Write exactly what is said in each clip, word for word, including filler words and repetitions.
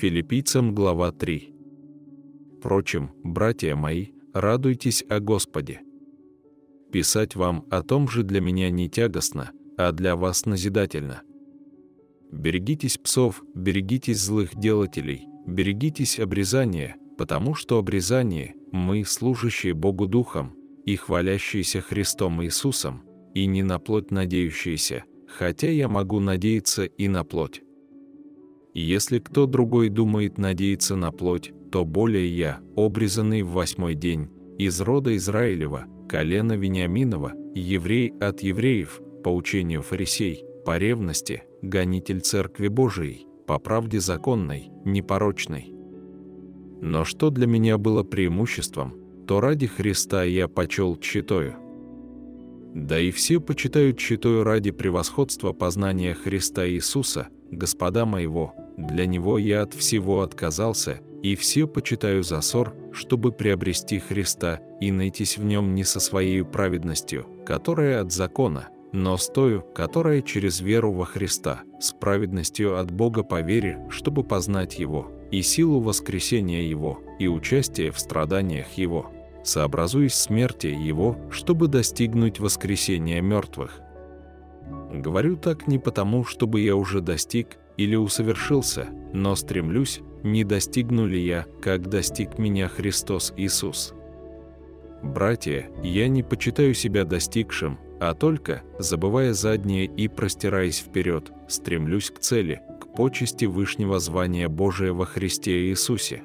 Филиппийцам глава три. Впрочем, братья мои, радуйтесь о Господе. Писать вам о том же для меня не тягостно, а для вас назидательно. Берегитесь псов, берегитесь злых делателей, берегитесь обрезания, потому что обрезание мы, служащие Богу Духом, и хвалящиеся Христом Иисусом, и не на плоть надеющиеся, хотя я могу надеяться и на плоть. Если кто другой думает надеяться на плоть, то более я, обрезанный в восьмой день, из рода Израилева, колена Вениаминова, еврей от евреев, по учению фарисей, по ревности, гонитель Церкви Божией, по правде законной, непорочной. Но что для меня было преимуществом, то ради Христа я почел тщетою. Да и все почитают тщетою ради превосходства познания Христа Иисуса, Господа моего, для Него я от всего отказался, и все почитаю за ссор, чтобы приобрести Христа и найтись в Нем не со своей праведностью, которая от закона, но с тою, которая через веру во Христа, с праведностью от Бога по вере, чтобы познать Его, и силу воскресения Его, и участие в страданиях Его, сообразуясь смерти Его, чтобы достигнуть воскресения мертвых. Говорю так не потому, чтобы я уже достиг или усовершился, но стремлюсь, не достигну ли я, как достиг меня Христос Иисус. Братья, я не почитаю себя достигшим, а только, забывая заднее и простираясь вперед, стремлюсь к цели, к почести вышнего звания Божия во Христе Иисусе.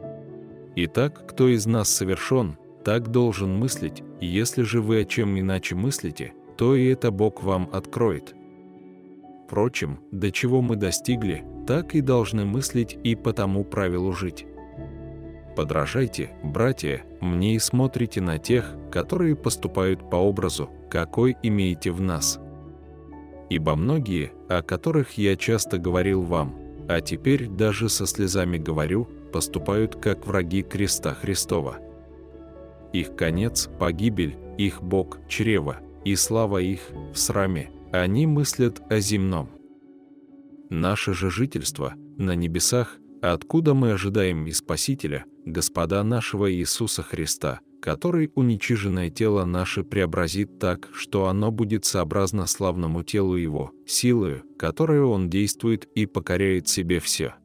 Итак, кто из нас совершен, так должен мыслить, и если же вы о чем иначе мыслите, то и это Бог вам откроет. Впрочем, до чего мы достигли, так и должны мыслить и по тому правилу жить. Подражайте, братья, мне и смотрите на тех, которые поступают по образу, какой имеете в нас. Ибо многие, о которых я часто говорил вам, а теперь даже со слезами говорю, поступают как враги креста Христова. Их конец – погибель, их Бог – чрево, и слава их в сраме, они мыслят о земном. Наше же жительство на небесах, откуда мы ожидаем и Спасителя, Господа нашего Иисуса Христа, который уничиженное тело наше преобразит так, что оно будет сообразно славному телу Его, силою, которую Он действует и покоряет себе все.